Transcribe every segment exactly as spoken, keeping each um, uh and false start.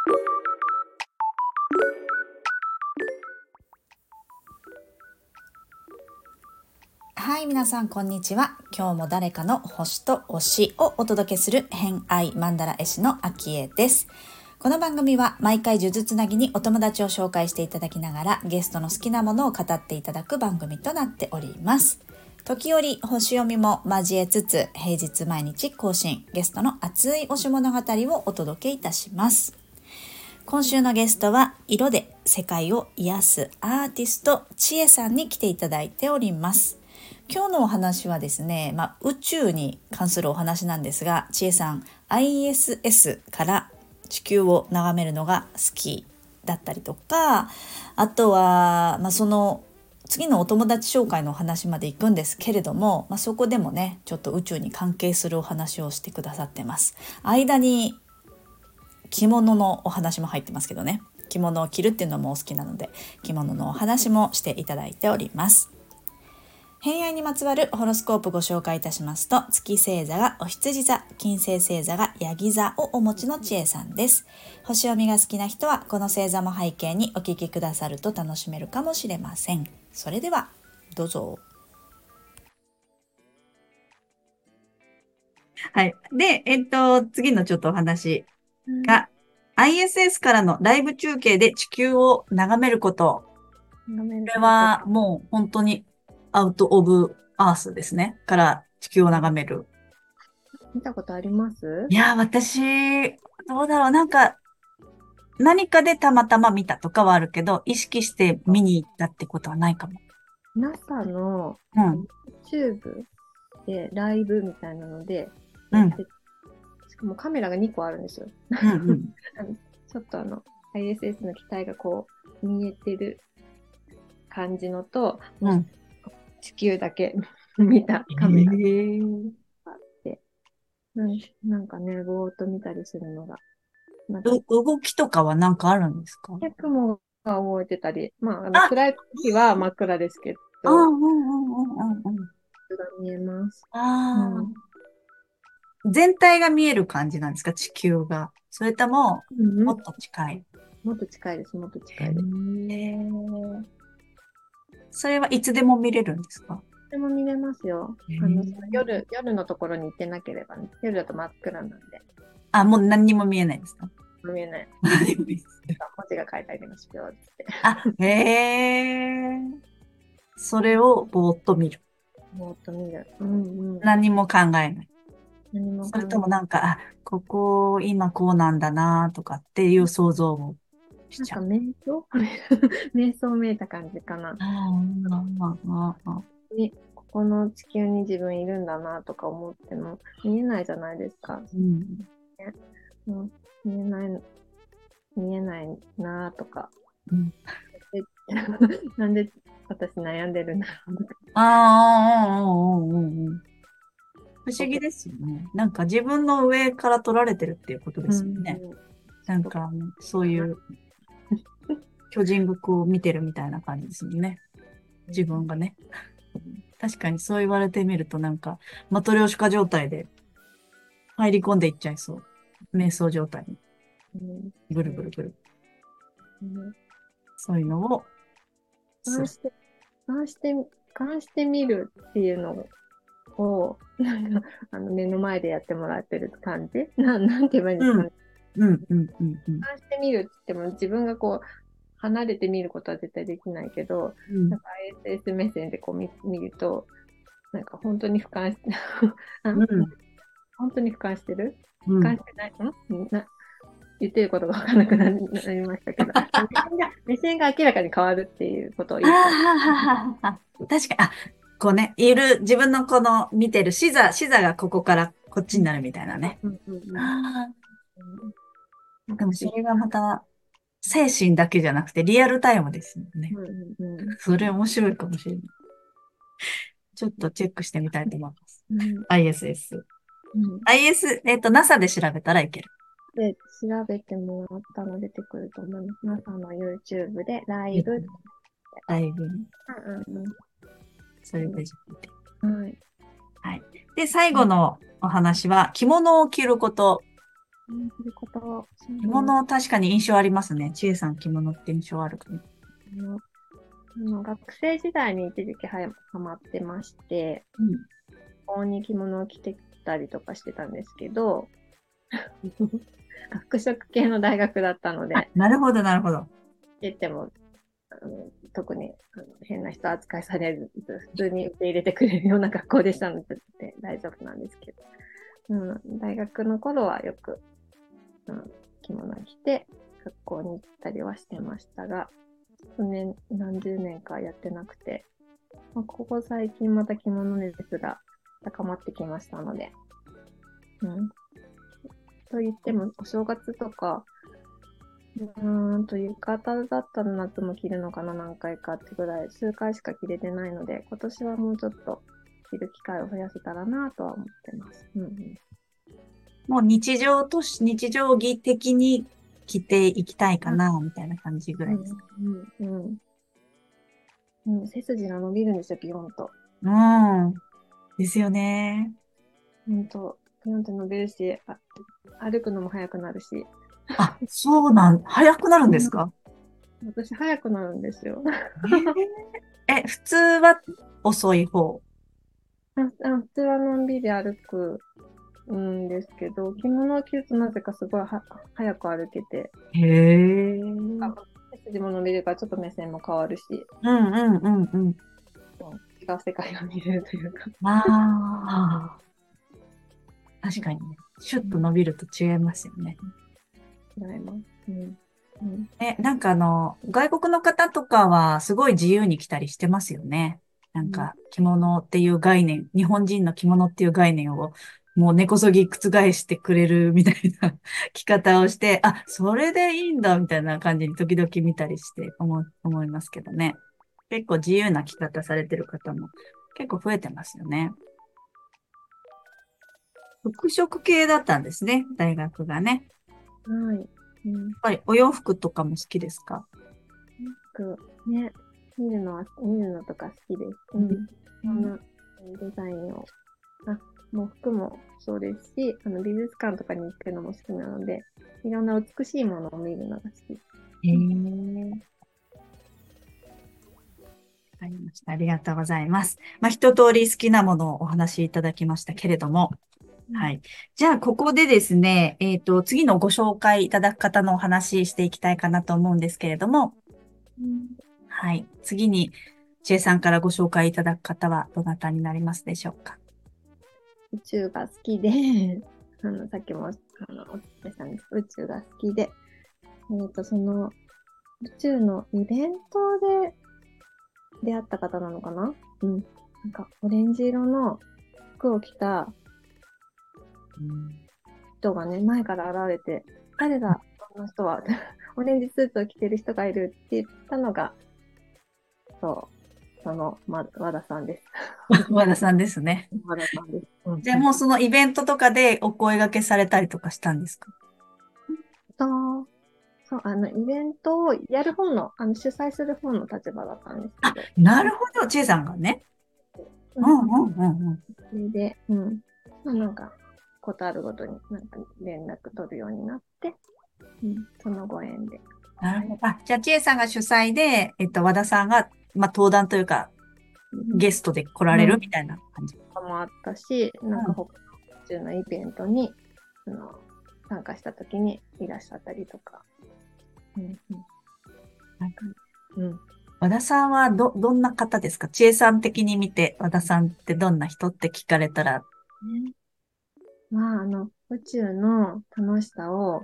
はい、皆さんこんにちは。今日も誰かの星と推しをお届けする偏愛マンダラ絵師のあきえです。この番組は毎回呪術つなぎにお友達を紹介していただきながらゲストの好きなものを語っていただく番組となっております。時折星読みも交えつつ平日毎日更新、ゲストの熱い推し物語をお届けいたします。今週のゲストは色で世界を癒すアーティストちえさんに来ていただいております。今日のお話はですね、まあ、宇宙に関するお話なんですが、ちえさん アイエスエス から地球を眺めるのが好きだったりとか、あとは、まあ、その次のお友達紹介のお話まで行くんですけれども、まあ、そこでもねちょっと宇宙に関係するお話をしてくださってます。間に着物のお話も入ってますけどね、着物を着るっていうのもお好きなので着物のお話もしていただいております。偏愛にまつわるホロスコープご紹介いたしますと、月星座がお羊座、金星星座がヤギ座をお持ちのちえさんです。星読みが好きな人はこの星座も背景にお聞きくださると楽しめるかもしれません。それではどうぞ。はい。で、えっと、次のちょっとお話が、うん、アイエスエス からのライブ中継で地球を眺めること。これはもう本当にアウトオブアースですね。から地球を眺める。 見たことあります？ いや、私、どうだろう。なんか、何かでたまたま見たとかはあるけど、意識して見に行ったってことはないかも。 ナサ の YouTube でライブみたいなので、うん、しかもカメラがにこあるんですよ。うんうん、ちょっとあの アイエスエス の機体がこう見えてる感じのと、うん、地球だけ見たカメラがあって、なん、なんかね、ぼーっと見たりするのが。 動きとかはなんかあるんですか？ 雲が動いてたり、まあ、あの暗い時は真っ暗ですけど、 あ、うんうんうんうんうん。 が見えます。 あ、うん、全体が見える感じなんですか、地球が。それとも、もっと近い、 うん、もっと近いです、もっと近いです。 へー。それはいつでも見れるんですか？ いつでも見れますよ。あの夜、夜のところに行ってなければね。夜だと真っ暗なんで。 あ、もう何にも見えないですか？ 見えない。 何も見えない。 文字が書いてありますよって。 あ、へー。それをぼーっと見る。 ぼーっと見る。うんうん。 何も考えない。 何も考えない。 それともなんか、あ、ここ今こうなんだなとかっていう想像をしちゃう。 なんか瞑想瞑想めいた感じかな。ね、ここの地球に自分いるんだなとか思っても見えないじゃないですか。うんね、もう見えない、見えないなとか。うん、なんで私悩んでるんだろうとか。ああ、 うんうんうん。不思議ですよね。なんか自分の上から取られてるっていうことですよね。うん、なんか、そういう巨人がこう見てるみたいな感じですもんね。自分がね。確かにそう言われてみるとなんか、マトリョーシカ状態で入り込んでいっちゃいそう。瞑想状態に。ぐるぐるぐる。うん、そういうのを。 関して、関して、関してみるっていうのを、なんか、あの、目の前でやってもらってる感じな、なんて言えばいいんですかね。うん、うん、うん、うん。関してみるって言っても、自分がこう、離れて見ることは絶対できないけど、うん、なんか アイエスエス 目線でこう見見ると、なんか本当に俯瞰して、うん、本当に俯瞰してる、うん、俯瞰してないんな言ってることが分からなくなりましたけど、目線が、目線が明らかに変わるっていうことを言った。 確かに、あ、こうね、いる、自分のこの見てる視座、視座がここからこっちになるみたいなね。でもそれがまた、精神だけじゃなくてリアルタイムですよね。うんうんうん、それ面白いかもしれない。ちょっとチェックしてみたいと思います。うん、アイエスエス。うん、アイエス、えっと、ナサ で調べたらいける。 で、調べてもらったら出てくると思います。ナサ の YouTube でライブ。 ライブ。うんうんうん。それで、はい。はい。で、最後のお話は、着物を着ることうん着る方は、そう着だな。 物、確かに印象ありますね。ちえさん着物って印象あるかも。 あの、あの学生時代に一時期はやハマってまして、 うん。 高校に着物を着てたりとかしてたんですけど、服飾系の大学だったのあ、 で、 なるほど、なるほど。 言ってもあの特にあの変な人扱いされず、普通に受け入れてくれるような学校でしたので大丈夫なんですけど、うん、大学の頃はよく、うん、着物着て学校に行ったりはしてましたが、年何十年かやってなくて、まあ、ここ最近また着物熱が高まってきましたので、うん、と言ってもお正月とか、うーんと浴衣だったら夏も着るのかな、何回かってぐらい、数回しか着れてないので、今年はもうちょっと着る機会を増やせたらなとは思ってます。うんうん。 もう日常とし、日常着的に着ていきたいかあ、 な、みたいな感じぐうんらいですか。 うんうんうん。背筋が伸びるんですよ、ピヨンと。 うん。ですよね。 ほんと、ピヨンと伸びるし、あ、歩くのも速くなるし。 あ、そうなん、早くなるんですうん、 か？ 私、速くなるんですよ。 えー、え、普通は遅い方。 ああ普通はのんびり歩くんですけど、着物を着るとなぜかすごいは早く歩けて、 へえ。うんあ背筋も伸びるからちょっと目線も変わるし、 うんうんうん。 うん違う世界が見れるというか。 まあ、確かにね。シュッとうん、 伸びると違いますよね。 違います。うん。うん。 え、なんかあの、外国の方とかはすごい自由に着たりしてますよね。なんうん。 か着物っていう概念、日本人の着物っていう概念をもう根こそぎ覆してくれるみたいな着方をして、あ、それでいいんだみたいな感じに時々見たりして思、思いますけどね。結構自由な着方されてる方も結構増えてますよね。服飾系だったんですね、大学がね。 はい。うん。 やっぱりお洋服とかも好きですか？ 服、ね、見るのは、見るのとか好きです。うん。いろんなデザインを。あ、もう服もそうですし、あの美術館とかに行くのも好きなので、いろんな美しいものを見るのが好き。 へうん。 え。わかりました。ありがとうございます。まあ、一通り好きなものをお話しいただきましたけれども。 うん。 はい。じゃあ、ここでですね、えっと、次のご紹介いただく方のお話ししていきたいかなと思うんですけれども、 うん。 はい。次に、ちえさんからご紹介いただく方はどなたになりますでしょうか？ 宇宙が好きで、あの、さっきも、あの、お伝えしたんですけど、宇宙が好きで、えっと、その、宇宙のイベントで出会った方なのかな。うん。なんか、オレンジ色の服を着たうん。 人がね、前から現れて、誰だ、この人は、オレンジスーツを着てる人がいるって言ったのが、そう、その、ま、和田さんです。 和田さんですね。 和田さんです。うんうん。 じゃあもうそのイベントとかでお声掛けされたりとかしたんですか？ と、そう、あの、イベントをやる方の、あの、主催する方の立場だったんですけあ、 ど、 なるほど、ちえさんがね。 うん。 うんうんうんうん。 それで、うん。まあ、なんか、ことあるごとになんか連絡取るようになって、うん、そのご縁で。はい。 なるほど。あ、じゃあ、ちえさんが主催で、えっと、和田さんが、まあ、登壇というか、ゲストで来られうん。 るみたいな感じ。 もあったし、なんうん。 か他の宇宙のイベントに、あの、参加した時にいらっしゃったりとか。うん。 なんか、 うん。うん。 和田さんはど、どんな方ですか？ちえさん的に見て、和田さんってどんな人って聞かれたら。 ね。まあ、あの、宇宙の楽しさを、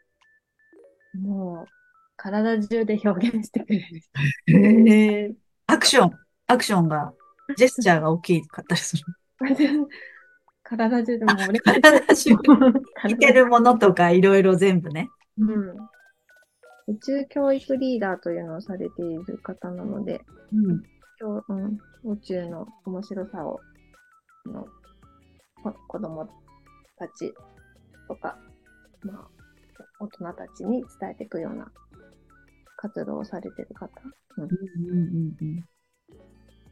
もう、体中で表現してくれる人。 へえ。アなんか、 クション、アクションが、ジェスチャーが大きかったりする。 体中であ、 もう俺、 体中に似て体中、 るものとかいろいろ全部ね。 うん。宇宙教育リーダーというのをされている方なので、 うん。 教うん、宇宙の面白さをあのこ子供たちとか、まあ、大人たちに伝えていくような活動をされている方。うん。 うんうんうんうん。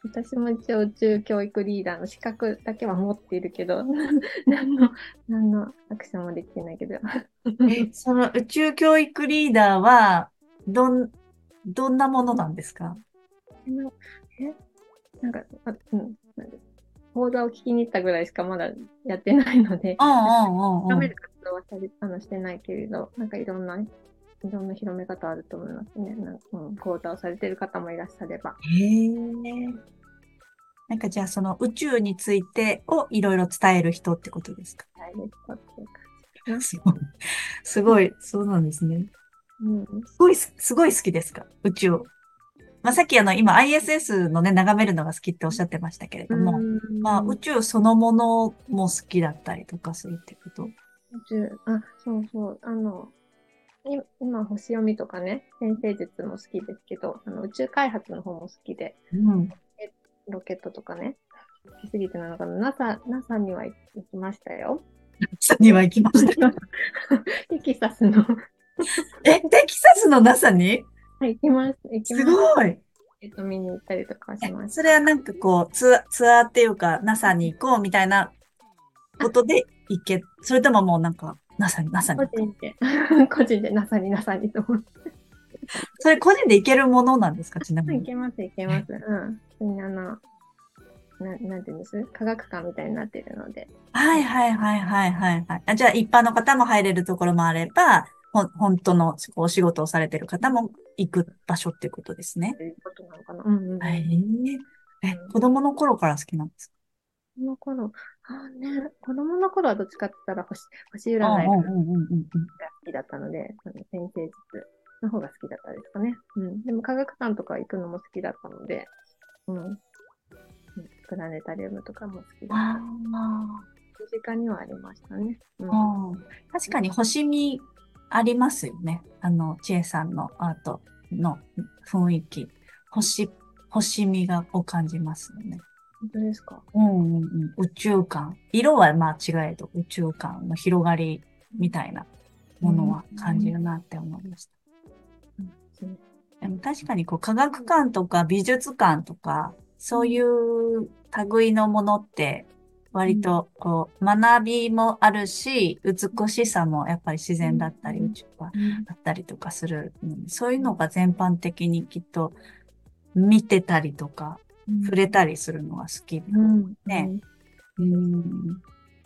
私も一応宇宙教育リーダーの資格だけは持っているけど、何の、何のアクションもできてないけど。 え、その宇宙教育リーダーは、どん、どんなものなんですか？ え、なえなんか、あ、うん、なんで講座を聞きに行ったぐらいしかまだやってないので、 うんうんうんうん。 広める活動はされあのしてないけれど、なんかいろんな、いろんな広め方あると思いますね。なんか、うん、講座をされている方もいらっしゃれば。 へえ。なんかじゃあその宇宙についてをいろいろ伝える人ってことですか？ ダイレクトっていう感じかな。 すごい。すごい、そうなんですね。 うん。 すごいす、すごい好きですか宇宙？まあ、さっきあの、今 アイエスエス のね、眺めるのが好きっておっしゃってましたけれうども、まあ、宇ん。 宙そのものも好きだったりとかするってこと？ 宇宙、あ、そうそう、あの、い今、星読みとかね、先生術も好きですけど、あの宇宙開発の方も好きで、 うん。 えロケットとかね、好きすぎてなのかな、NASA、NASA には行きましたよ。 ナサには行きました。 テキサスのえ、テキサスの ナサ に？ 行きました、行きすました。 ごい。 えっと、見に行ったりとかしえ、 ました。 それはなんかこう、ツア、ツアーっていうか、ナサ に行こうみたいなあ、 ことで行け、それとももうなんか、ナサに、ナサに行く。 個人で、個人で NASA に NASA にと思って。 それ個人で行けるものなんですか、ちなみに？ 行けます、行けます。うん。みんなあの、な、なんていうんです科学館みたいになっているので。 はいはいはいはいはいはい。あ、じゃあ一般の方も入れるところもあれば、ほん、本当のお仕事をされてる方も行く場所っていうことですね。 ということなのかな。うんうんはい。 うん。 え、子供の頃から好きなんですか？ 子供の頃、あね、子供の頃はどっちかって言ったら星、星占いがうんうんうんうんうんうん。 好きだったので、あの先生術の方が好きだったですかね。うん。でも科学館とか行くのも好きだったので、うん。うん、プラネタリウムとかも好きだっあた。 あ。 身近にはありましたね。うん。 うん、確かに星見ありますよね。あの、千恵さんのアートの雰囲気。星、星見がを感じますよね。 本当ですか？ うんうんうん、宇宙観。色はまあ違えど、宇宙観の広がりみたいなうん。 ものは感じるなって思いました。 うん、そう。 でも確かにこう科学館とか美術館とか、そういうん。 う類のものって割うん。 とこう学びもあるし、美しさもやっぱり自うん。 然だったり宇宙はうん。 あったりとかするので、そういうのが全般的にきっと見てたりとかうん。 触れたりするのが好きうん。うね。 ん。 うん。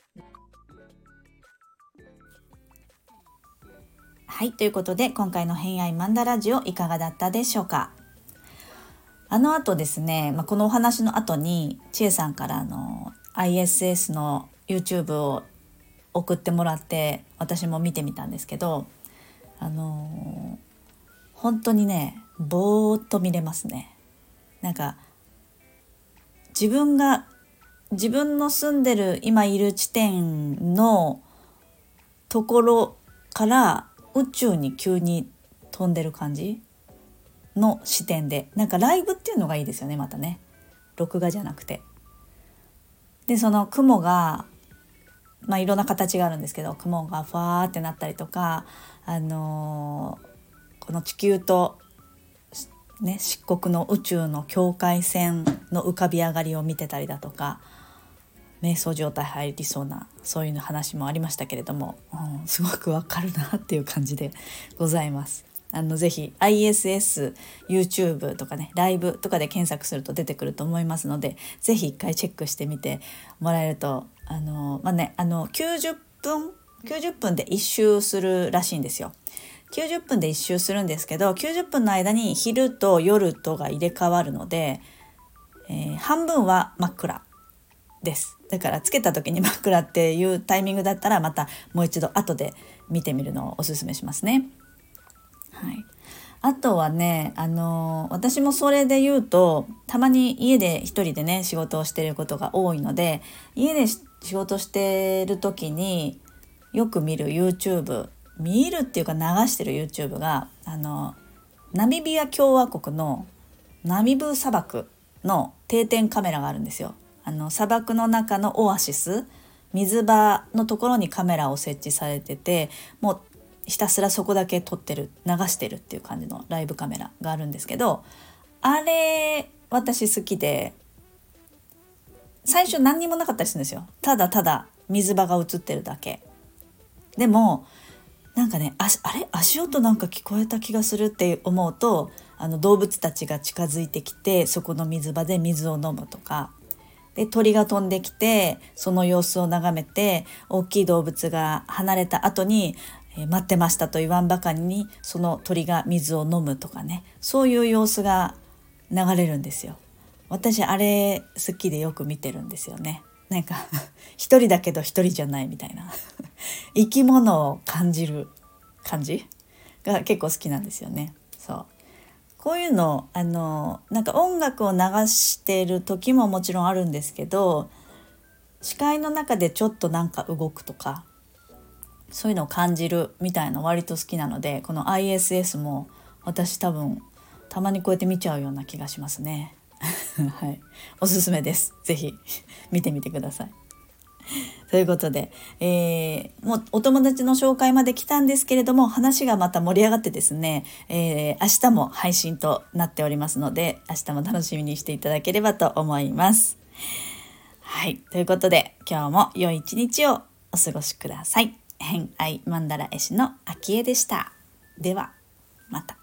はい。ということで、今回の偏愛マンダラジオいかがだったでしょうか？あの後ですね、まあ、このお話の後に、ちえさんからあの アイエスエス の YouTube を送ってもらって、私も見てみたんですけど、あのー本当にね、ぼーっと見れますね。なんか、自分が、自分の住んでる今いる地点のところから宇宙に急に飛んでる感じの視点で、なんかライブっていうのがいいですよね、またね。録画じゃなくて。で、その雲が、まあいろんな形があるんですけど、雲がファーってなったりとか、あのーこの地球とね、漆黒の宇宙の境界線の浮かび上がりを見てたりだとか、瞑想状態入りそうな、そういうの話もありましたけれども、うん、すごくわかるなっていう感じでございます。あのぜひ アイエスエス YouTube とかね、ライブとかで検索すると出てくると思いますので、ぜひ一回チェックしてみてもらえると、あのまあね、あのきゅうじゅっぷんきゅうじゅっぷんで一周するらしいんですよ。きゅうじゅっぷんで一周するんですけど、きゅうじゅっぷんの間に昼と夜とが入れ替わるので、えー半分は真っ暗です。だからつけた時に真っ暗っていうタイミングだったら、またもう一度後で見てみるのをおすすめしますね。はい。あとはね、あのー私もそれで言うと、たまに家で一人でね仕事をしていることが多いので、家で仕事してる時によく見る YouTube、 見るっていうか流してる YouTube が、あのナミビア共和国のナミブ砂漠の定点カメラがあるんですよ。あの砂漠の中のオアシス、水場のところにカメラを設置されてて、もうひたすらそこだけ撮ってる、流してるっていう感じのライブカメラがあるんですけど、あれ私好きで、 最初何にもなかったりするんですよ。ただただ水場が映ってるだけ。でもなんかね、ああれ足音なんか聞こえた気がするって思うと、あの動物たちが近づいてきて、そこの水場で水を飲むとかで、鳥が飛んできてその様子を眺めて、大きい動物が離れた後に、えー待ってましたと言わんばかりにその鳥が水を飲むとかね、そういう様子が流れるんですよ。私あれ好きでよく見てるんですよね。なんか一人だけど一人じゃないみたいな生き物を感じる感じが結構好きなんですよね。そうこういうの、あのなんか音楽を流している時ももちろんあるんですけど、視界の中でちょっとなんか動くとか、そういうのを感じるみたいな割と好きなので、この アイエスエス も私多分たまにこうやって見ちゃうような気がしますねはい、おすすめです。ぜひ見てみてください。ということで、えー、もうお友達の紹介まで来たんですけれども、話がまた盛り上がってですね、えー、明日も配信となっておりますので、明日も楽しみにしていただければと思います。はい、ということで今日も良い一日をお過ごしください。偏愛マンダラ絵師のあきえでした。ではまた。